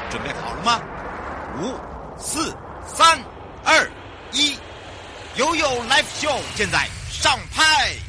准备好了吗？5、4、3、2、1，悠悠 Live Show 现在上拍。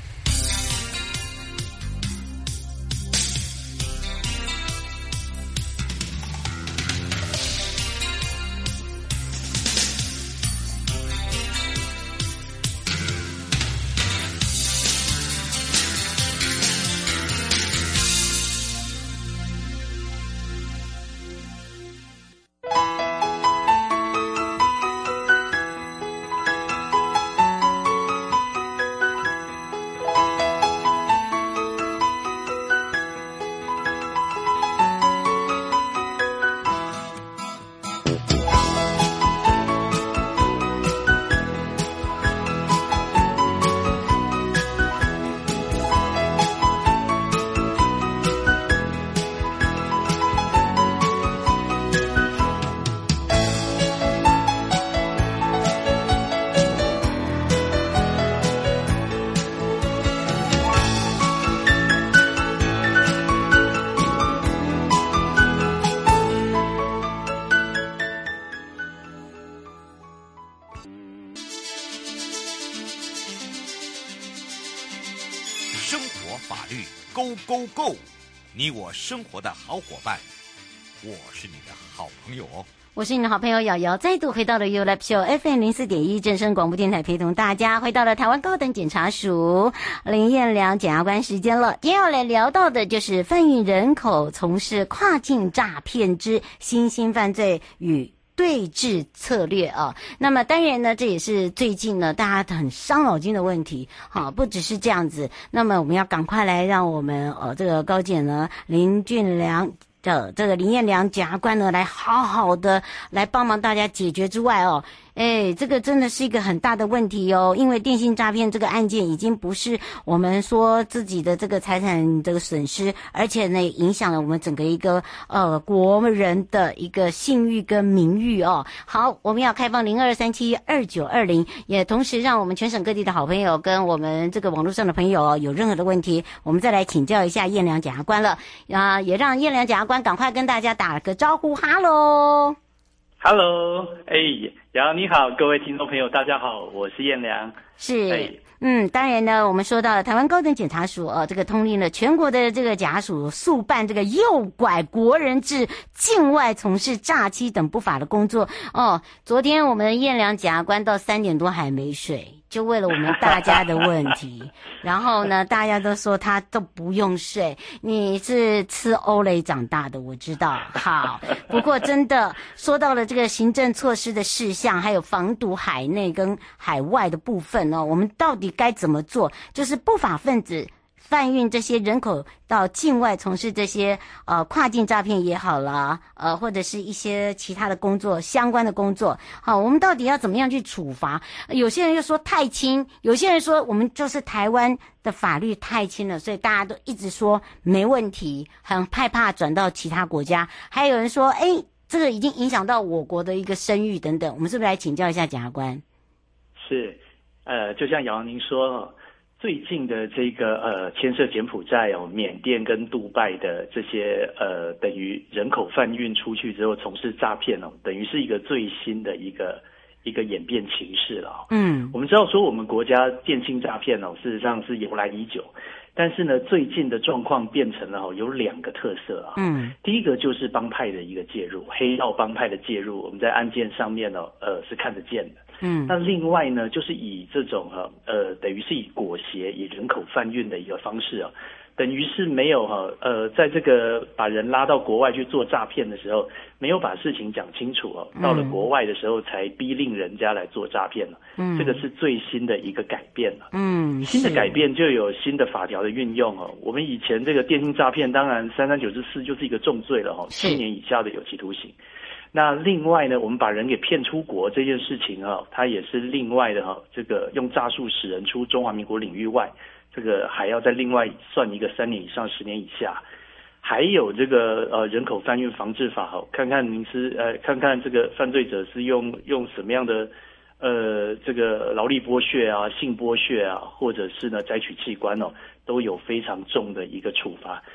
生活法律 Go Go Go， 你我生活的好伙伴，我是你的好朋友哦。 我是你的好朋友瑶瑶，再度回到了 You Live Show FM 04.1正声广播电台，陪同大家回到了台湾高等检察署林彦良检察官时间了。今天要来聊到的就是贩运人口从事跨境诈骗之新兴犯罪与对峙策略啊。那么当然呢，这也是最近呢大家很伤脑筋的问题。好，不只是这样子，那么我们要赶快来让我们这个高检呢林俊良的这个林彦良检察官呢来好好的来帮忙大家解决之外哦。这个真的是一个很大的问题哦，因为电信诈骗这个案件已经不是我们说自己的这个财产这个损失，而且呢影响了我们整个一个国人的一个信誉跟名誉哦。好，我们要开放02372920，也同时让我们全省各地的好朋友跟我们这个网络上的朋友有任何的问题，我们再来请教一下彦良检察官了也让彦良检察官赶快跟大家打个招呼。哈喽 Hello， 瑶你好，各位听众朋友大家好，我是彦良。 是当然呢，我们说到了台湾高等检察署这个通令了全国的这个检察署速办这个诱拐国人至境外从事诈欺等不法的工作哦。昨天我们彦良检察官到3点多还没睡，就为了我们大家的问题然后呢大家都说他都不用睡，你是吃欧蕾长大的我知道。好，不过真的说到了这个行政措施的事项，还有防堵海内跟海外的部分我们到底该怎么做？就是不法分子贩运这些人口到境外从事这些跨境诈骗也好啦，或者是一些其他的工作相关的工作，好，我们到底要怎么样去处罚？有些人又说太轻，有些人说我们就是台湾的法律太轻了，所以大家都一直说没问题，很害怕转到其他国家。还有人说这个已经影响到我国的一个声誉等等，我们是不是来请教一下检察官？ 是就像瑶您说最近的这个牵涉柬埔寨缅甸跟杜拜的这些等于人口贩运出去之后从事诈骗等于是一个最新的一个演变情势了我们知道说我们国家电信诈骗事实上是由来已久，但是呢最近的状况变成了有2个特色第一个就是帮派的一个介入，黑道帮派的介入，我们在案件上面是看得见的。那另外呢，就是以这种等于是以裹挟、以人口贩运的一个方式等于是没有在这个把人拉到国外去做诈骗的时候，没有把事情讲清楚到了国外的时候才逼令人家来做诈骗了。这个是最新的一个改变了。新的改变就有新的法条的运用我们以前这个电信诈骗，当然339之4就是一个重罪了7年以下的有期徒刑。那另外呢，我们把人给骗出国这件事情它也是另外的这个用诈术使人出中华民国领域外，这个还要再另外算一个3年以上10年以下。还有这个人口贩运防治法看看您是看看这个犯罪者是用什么样的这个劳力剥削性剥削或者是呢摘取器官都有非常重的一个处罚。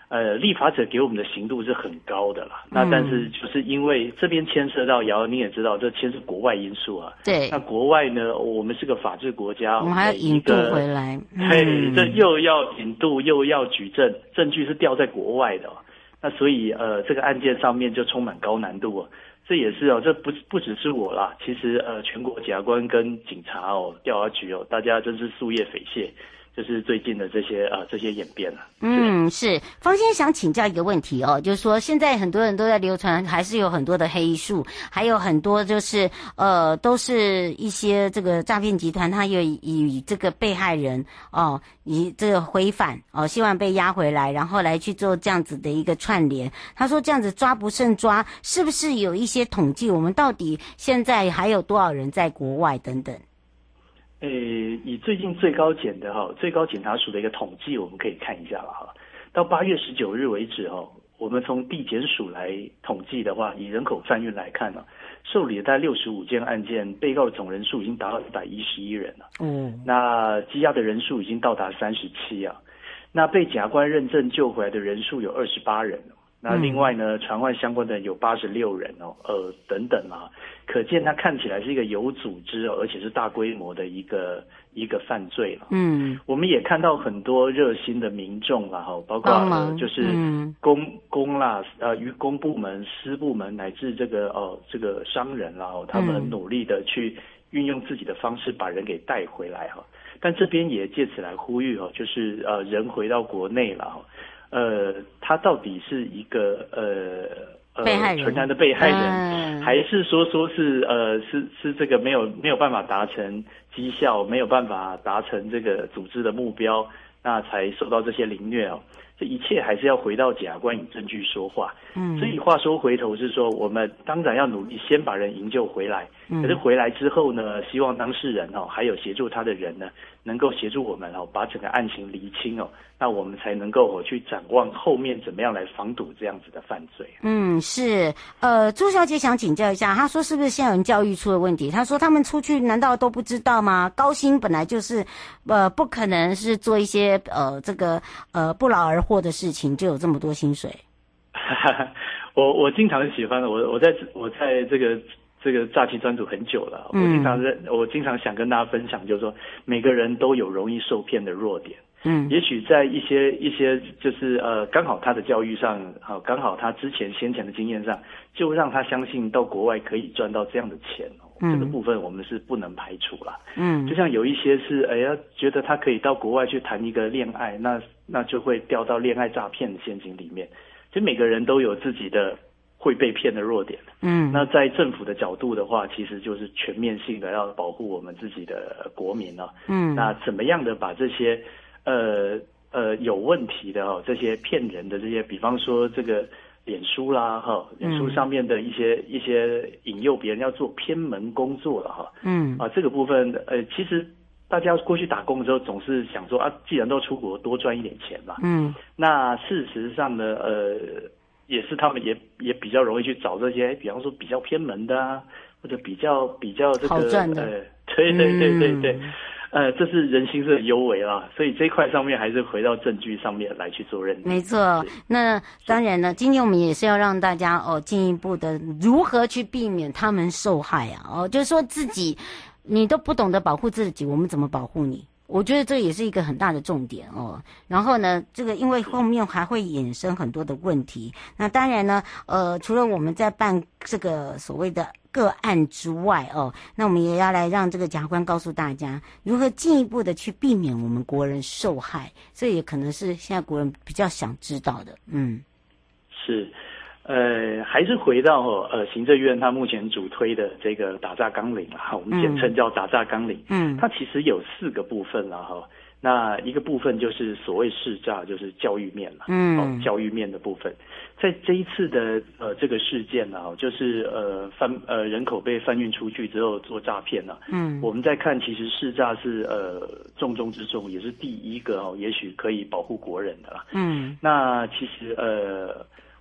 立法者给我们的刑度是很高的啦。那但是就是因为这边牵涉到瑶，你也知道，这牵涉国外因素啊。 对。 那国外呢，我们是个法治国家， 我们还要引渡回来。 对，这又要引渡又要举证，证据是调在国外的。那所以这个案件上面就充满高难度啊。这也是这不只是我啦，其实全国检察官跟警察调查局大家真是夙夜匪懈。就是最近的这些演变了。 是方先生想请教一个问题就是说现在很多人都在流传，还是有很多的黑数，还有很多就是都是一些这个诈骗集团，他有以这个被害人以这个回返希望被押回来，然后来去做这样子的一个串联。他说这样子抓不胜抓，是不是有一些统计？我们到底现在还有多少人在国外等等？ 以最近最高检察署的一个统计，我们可以看一下了哈。到8月19日为止我们从地检署来统计的话，以人口贩运来看受理了大概65件案件，被告的总人数已经达到111人了。那羁押的人数已经到达37啊。那被检察官认证救回来的人数有28人。那另外呢，传唤相关的有86人等等可见它看起来是一个有组织而且是大规模的一个犯罪了。我们也看到很多热心的民众啦包括就是公啦于公部门、私部门乃至这个商人啦他们很努力的去运用自己的方式把人给带回来但这边也借此来呼吁就是人回到国内了他到底是一个被害人， 纯然的被害人，还是说是这个没有办法达成绩效，没有办法达成这个组织的目标，那才受到这些凌虐这一切还是要回到检察官以证据说话。所以话说回头是说，我们当然要努力先把人营救回来。可是回来之后呢，希望当事人还有协助他的人呢，能够协助我们把整个案情厘清那我们才能够去展望后面怎么样来防堵这样子的犯罪。 是朱小姐想请教一下，她说是不是现在有人教育出了问题？她说他们出去难道都不知道吗？高薪本来就是不可能是做一些这个不劳而获的事情就有这么多薪水。 我经常喜欢的，我在这个诈欺专组很久了，我经常想跟大家分享，就是说每个人都有容易受骗的弱点。也许在一些就是刚好他的教育上刚好他先前的经验上，就让他相信到国外可以赚到这样的钱这个部分我们是不能排除啦。就像有一些是觉得他可以到国外去谈一个恋爱，那就会掉到恋爱诈骗的陷阱里面。其实每个人都有自己的会被骗的弱点。那在政府的角度的话，其实就是全面性的要保护我们自己的国民那怎么样的把这些有问题的这些骗人的这些，比方说这个脸书啦脸书上面的一些引诱别人要做偏门工作了这个部分其实大家过去打工的时候总是想说既然都出国多赚一点钱嘛那事实上呢也是他们也比较容易去找这些比方说比较偏门的或者比较这个好赚的对这是人心是很幽微啦，所以这一块上面还是回到证据上面来去做认定。 没错，那当然呢，今天我们也是要让大家进一步的如何去避免他们受害就是说自己你都不懂得保护自己，我们怎么保护你？我觉得这也是一个很大的重点然后呢，这个因为后面还会衍生很多的问题。那当然呢，除了我们在办这个所谓的个案之外那我们也要来让这个检察官告诉大家如何进一步的去避免我们国人受害。这也可能是现在国人比较想知道的。 是。还是回到行政院他目前主推的这个打诈纲领我们简称叫打诈纲领。它其实有4个部分那一个部分就是所谓识诈，就是教育面教育面的部分。在这一次的这个事件就是人口被贩运出去之后做诈骗我们在看其实识诈是重中之重，也是第一个也许可以保护国人的啦。那其实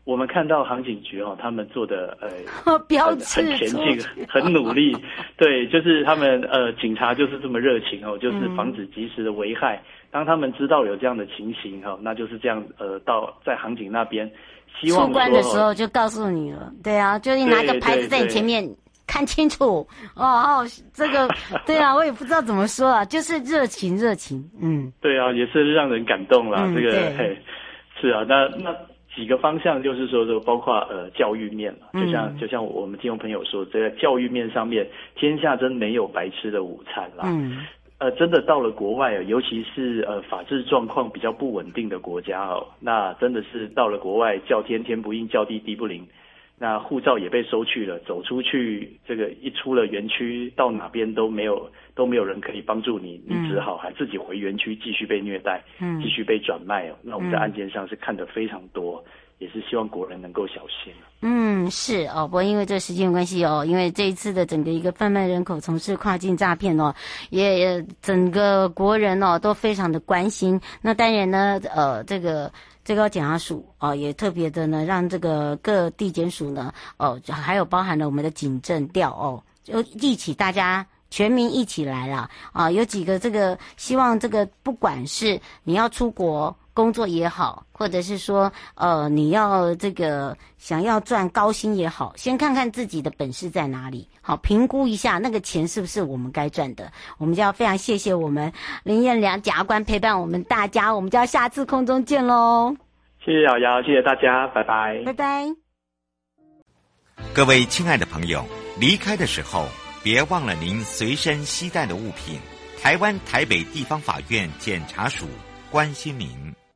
我们看到航警局他们做的标很前进，很努力，对，就是他们警察就是这么热情就是防止及时的危害。当他们知道有这样的情形那就是这样到在航警那边，希望出关的时候就告诉你了，对啊，就拿个牌子在你前面。看清楚这个对啊，我也不知道怎么说啊，就是热情， 对啊，也是让人感动啦。这个是啊，那几个方向就是说包括教育面嘛，就像我们听众朋友说，这个教育面上面，天下真没有白吃的午餐啦。真的到了国外尤其是法治状况比较不稳定的国家那真的是到了国外叫天天不应，叫地地不灵。那护照也被收去了，走出去这个一出了园区，到哪边都没有人可以帮助你，你只好还自己回园区继续被虐待，继续被转卖那我们在案件上是看得非常多，也是希望国人能够小心。 是不过因为这时间关系因为这一次的整个一个贩卖人口从事跨境诈骗也整个国人都非常的关心。那当然呢这个最高检察署也特别的呢让这个各地检署呢还有包含了我们的警政调就一起大家全民一起来了有几个这个希望这个不管是你要出国工作也好，或者是说你要这个想要赚高薪也好，先看看自己的本事在哪里，好评估一下那个钱是不是我们该赚的。我们就要非常谢谢我们林彦良检察官陪伴我们大家，我们就要下次空中见咯。 谢谢瑶瑶，谢谢大家，拜拜， 拜拜。 各位亲爱的朋友，离开的时候别忘了您随身携带的物品。台湾台北地方法院检察署关心您。